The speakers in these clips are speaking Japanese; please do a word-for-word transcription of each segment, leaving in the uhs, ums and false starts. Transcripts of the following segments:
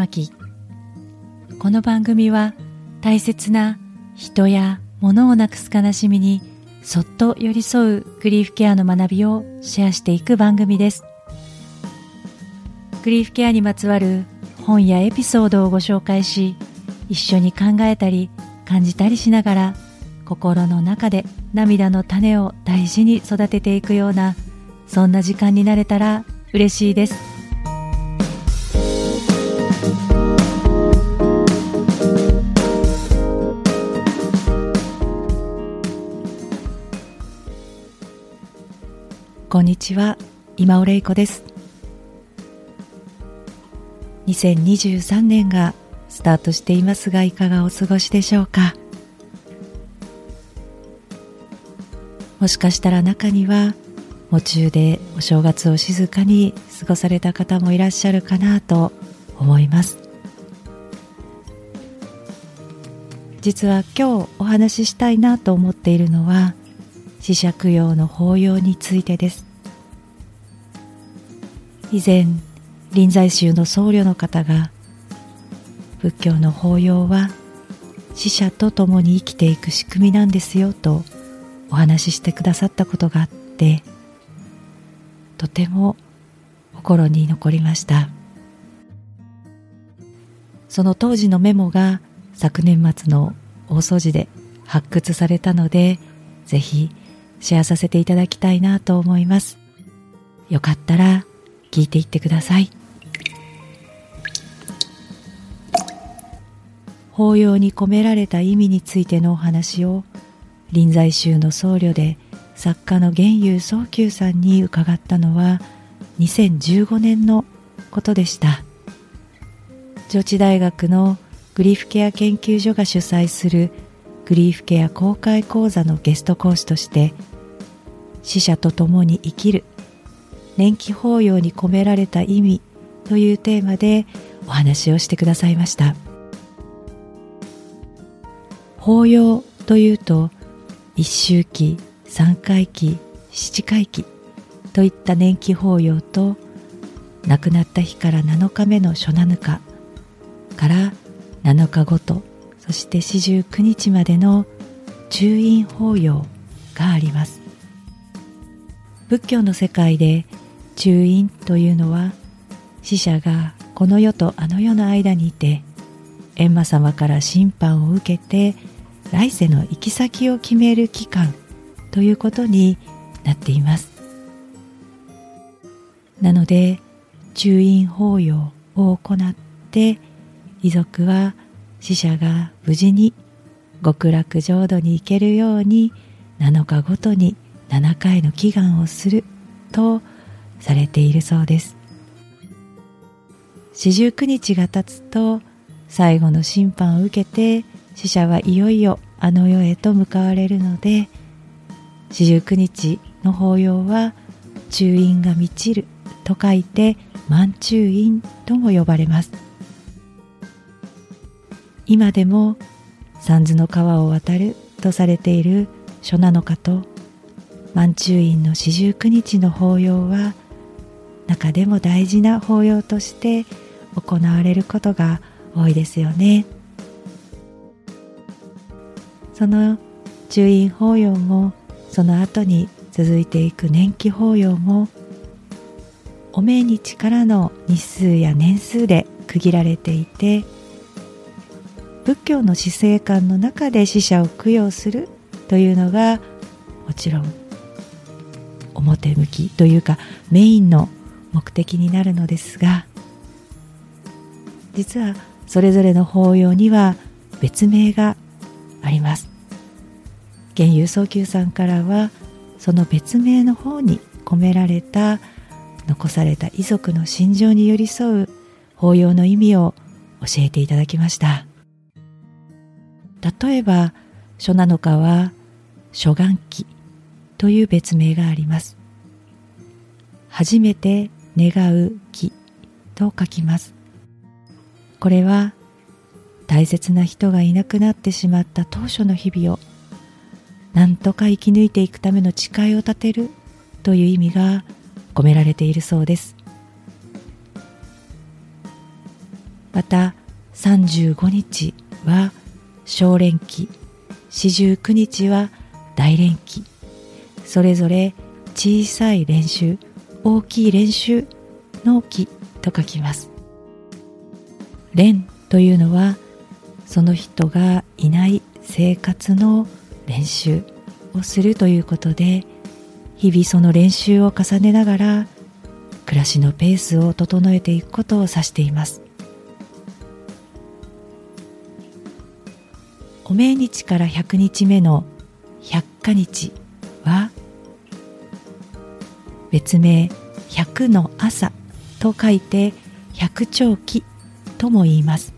巻。この番組は大切な人や物をなくす悲しみにそっと寄り添うグリーフケアの学びをシェアしていく番組です。グリーフケアにまつわる本やエピソードをご紹介し、一緒に考えたり感じたりしながら、心の中で涙の種を大事に育てていくような、そんな時間になれたら嬉しいです。こんにちは、今尾玲子です。にせんにじゅうさんねんがスタートしていますが、いかがお過ごしでしょうか。もしかしたら中には喪中でお正月を静かに過ごされた方もいらっしゃるかなと思います。実は今日お話ししたいなと思っているのは、死者供養の法要についてです。以前臨済宗の僧侶の方が、仏教の法要は死者と共に生きていく仕組みなんですよとお話ししてくださったことがあって、とても心に残りました。その当時のメモが昨年末の大掃除で発掘されたので、ぜひシェアさせていただきたいなと思います。よかったら聞いていってください。法要に込められた意味についてのお話を、臨済宗の僧侶で作家の玄侑宗久さんに伺ったのはにせんじゅうごねんのことでした。上智大学のグリーフケア研究所が主催するグリーフケア公開講座のゲスト講師として、死者と共に生きる年期法要に込められた意味というテーマでお話をしてくださいました。法要というと、一周忌、三回忌、七回忌といった年期法要と、亡くなった日からなのかめの初七日からなのかごと、そして四十九日までの中陰法要があります。仏教の世界で中陰というのは、死者がこの世とあの世の間にいて、閻魔様から審判を受けて来世の行き先を決める期間ということになっています。なので中陰法要を行って、遺族は死者が無事に極楽浄土に行けるようになのかごとにななかいの祈願をするとされているそうです。四十九日が経つと、最後の審判を受けて死者はいよいよあの世へと向かわれるので、四十九日の法要は中陰が満ちると書いて満中陰とも呼ばれます。今でも三途の川を渡るとされている初七日と満中陰の四十九日の法要は、中でも大事な法要として行われることが多いですよね。その中陰法要も、その後に続いていく年期法要も、お命日からの日数や年数で区切られていて、仏教の死生観の中で死者を供養するというのがもちろん表向きというかメインの目的になるのですが、実はそれぞれの法要には別名があります。玄侑宗久さんからは、その別名の方に込められた残された遺族の心情に寄り添う法要の意味を教えていただきました。例えば初七日は初願期という別名があります。初めて願う期と書きます。これは大切な人がいなくなってしまった当初の日々を何とか生き抜いていくための誓いを立てるという意味が込められているそうです。 またさんじゅうごにちは小連期、よんじゅうくにちは大連期、それぞれ小さい練習、大きい練習の期と書きます。連というのはその人がいない生活の練習をするということで、日々その練習を重ねながら暮らしのペースを整えていくことを指しています。お命日からひゃくにちめの百花日は別名百の朝と書いて百長期とも言います。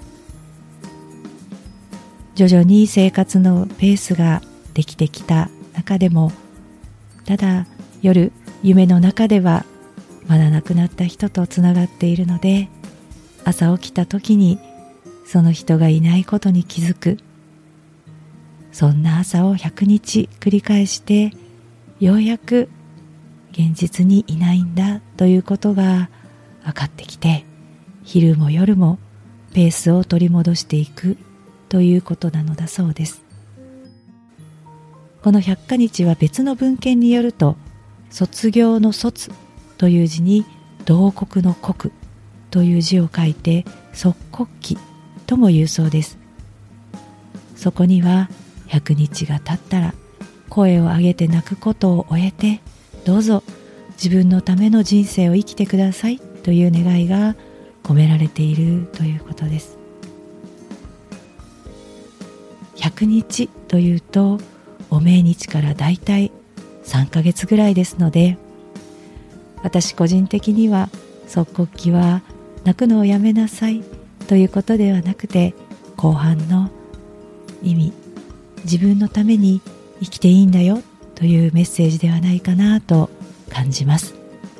徐々に生活のペースができてきた中でも、ただ夜夢の中ではまだ亡くなった人とつながっているので、朝起きた時にその人がいないことに気づく。そんな朝をひゃくにち繰り返して、ようやく現実にいないんだということが分かってきて、昼も夜もペースを取り戻していくということなのだそうです。この百花日は別の文献によると、卒業の卒という字に同国の国という字を書いて卒国期とも言うそうです。そこにはひゃくにちが経ったら声を上げて泣くことを終えて、どうぞ自分のための人生を生きてくださいという願いが込められているということです。ひゃくにちというとお命日からだいたいさんかげつぐらいですので、私個人的には卒国期は泣くのをやめなさいということではなくて、後半の意味、自分のために生きていいんだよというメッセージではないかなと感じます。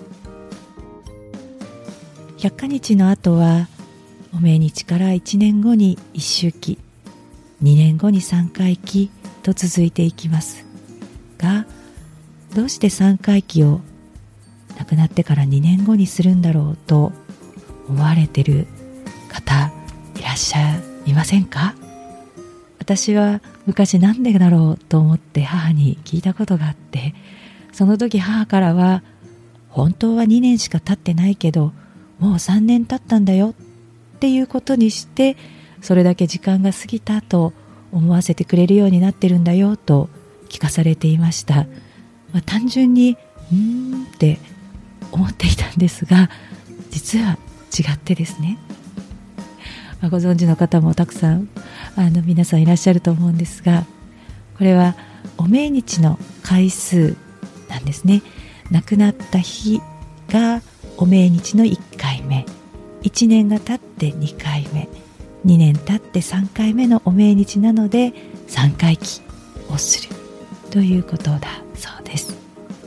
百花日の後はお命日からいちねんごに一周期、にねんごにさんかい期と続いていきますが、どうしてさんかい期を亡くなってからにねんごにするんだろうと思われている方いらっしゃいませんか？私は昔なんでだろうと思って母に聞いたことがあって、その時母からは、本当はにねんしか経ってないけどもうさんねん経ったんだよっていうことにして、それだけ時間が過ぎたと思わせてくれるようになってるんだよと聞かされていました。まあ、単純にうーんって思っていたんですが、実は違ってですね、まあ、ご存知の方もたくさんあの皆さんいらっしゃると思うんですが、これはお命日の回数なんですね。亡くなった日がお命日のいっかいめ、いちねんが経ってにかいめ、にねん経ってさんかいめのお命日なのでさんかい期をするということだそうです。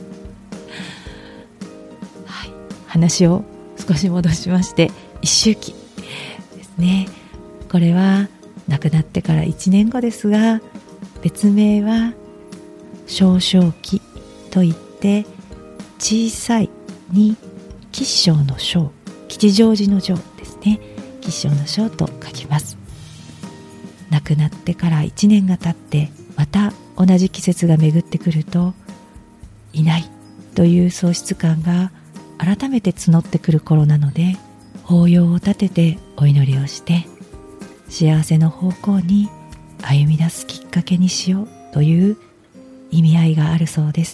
はい、話を少し戻しまして、一周期ですね。これは亡くなってからいちねんごですが、別名は小生期といって、小さいに吉祥の祥、吉祥寺の祥ですね。吉祥の祥と書きます。亡くなってからいちねんが経ってまた同じ季節が巡ってくると、いないという喪失感が改めて募ってくる頃なので、法要を立ててお祈りをして幸せの方向に歩み出すきっかけにしようという意味合いがあるそうです。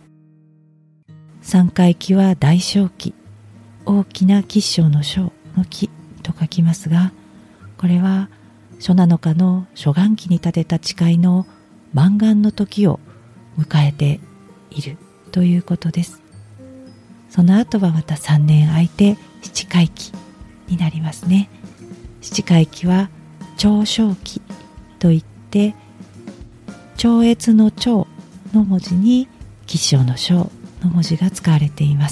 さんかい期は大小期、大きな吉祥の祥の期と書きますが、これは初七日の初願期に立てた誓いの満願の時を迎えているということです。その後はまたさんねん空いて七回期になりますね。七回期は長生期といって、超越の超の文字に吉祥の祥の文字が使われています。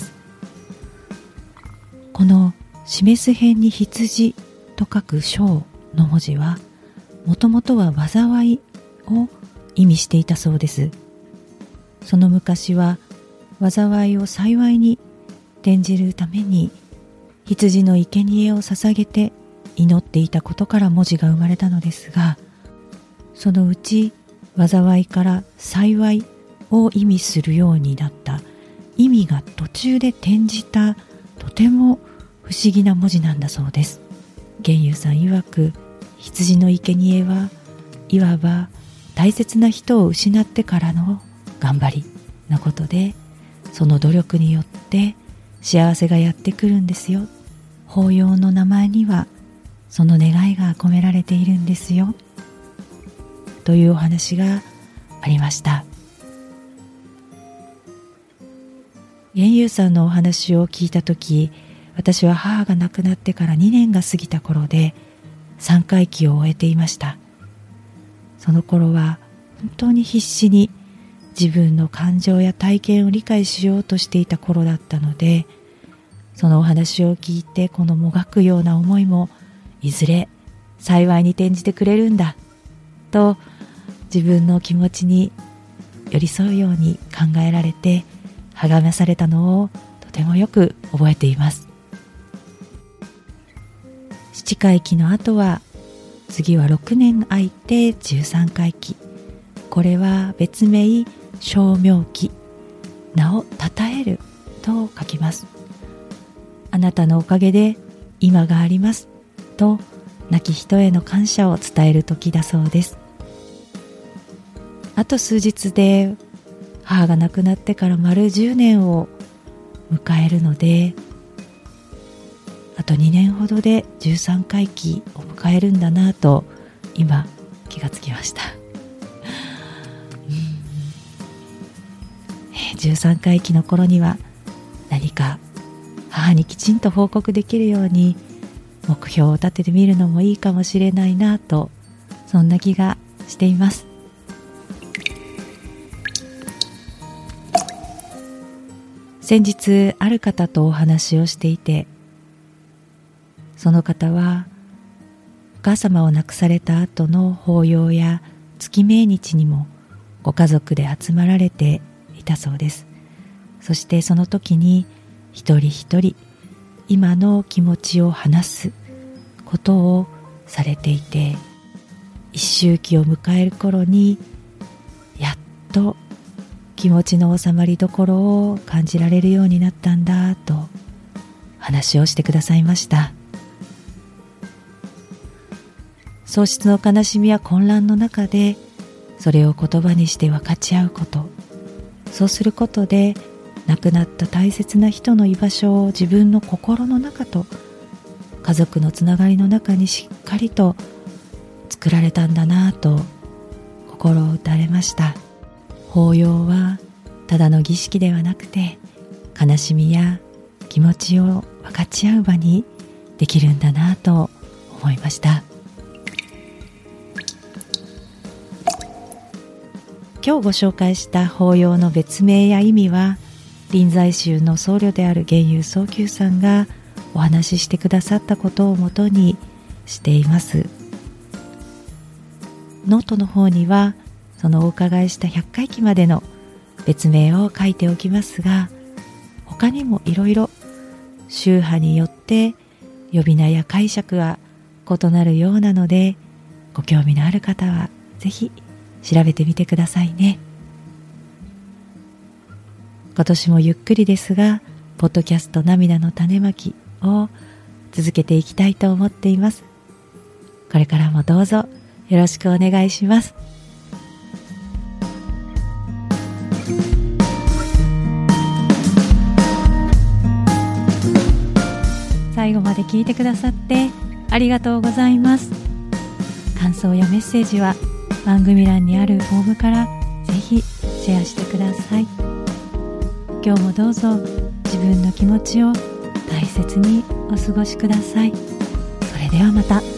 この示す辺に羊と書く祥の文字は、もともとは災いを意味していたそうです。その昔は災いを幸いに転じるために羊の生贄を捧げて祈っていたことから文字が生まれたのですが、そのうち災いから幸いを意味するようになった意味が途中で転じたとても不思議な文字なんだそうです。玄友さん曰く、羊の生贄はいわば大切な人を失ってからの頑張りのことで、その努力によって幸せがやってくるんですよ。法要の名前にはその願いが込められているんですよ、というお話がありました。玄友さんのお話を聞いたとき、私は母が亡くなってからにねんが過ぎた頃でさんかい忌を終えていました。その頃は本当に必死に自分の感情や体験を理解しようとしていた頃だったので、そのお話を聞いてこのもがくような思いもいずれ幸いに転じてくれるんだと、自分の気持ちに寄り添うように考えられて励まされたのをとてもよく覚えています。七回忌の後は次はろくねん空いてじゅうさんかい忌。これは別名称名忌、名をたたえると書きます。あなたのおかげで今がありますと亡き人への感謝を伝える時だそうです。あと数日で母が亡くなってから丸じゅうねんを迎えるので、あとにねんほどでじゅうさんかい忌を迎えるんだなと今気がつきました。じゅうさんかい忌の頃には何か母にきちんと報告できるように目標を立ててみるのもいいかもしれないなと、そんな気がしています。先日ある方とお話をしていて、その方はお母様を亡くされた後の法要や月命日にもご家族で集まられていたそうです。そしてその時に一人一人今の気持ちを話すことをされていて、一周忌を迎える頃にやっと気持ちの収まりどころを感じられるようになったんだと話をしてくださいました。喪失の悲しみや混乱の中でそれを言葉にして分かち合うこと、そうすることで亡くなった大切な人の居場所を自分の心の中と家族のつながりの中にしっかりと作られたんだなと心を打たれました。法要はただの儀式ではなくて、悲しみや気持ちを分かち合う場にできるんだなと思いました。今日ご紹介した法要の別名や意味は、臨済宗の僧侶である玄友宗久さんがお話ししてくださったことをもとにしています。ノートの方にはそのお伺いしたひゃっかい忌までの別名を書いておきますが、他にもいろいろ宗派によって呼び名や解釈は異なるようなので、ご興味のある方はぜひ調べてみてくださいね。今年もゆっくりですが、ポッドキャスト涙の種まきを続けていきたいと思っています。これからもどうぞよろしくお願いします。最後まで聞いてくださってありがとうございます。感想やメッセージは番組欄にあるフォームからぜひシェアしてください。今日もどうぞ自分の気持ちを大切にお過ごしください。それではまた。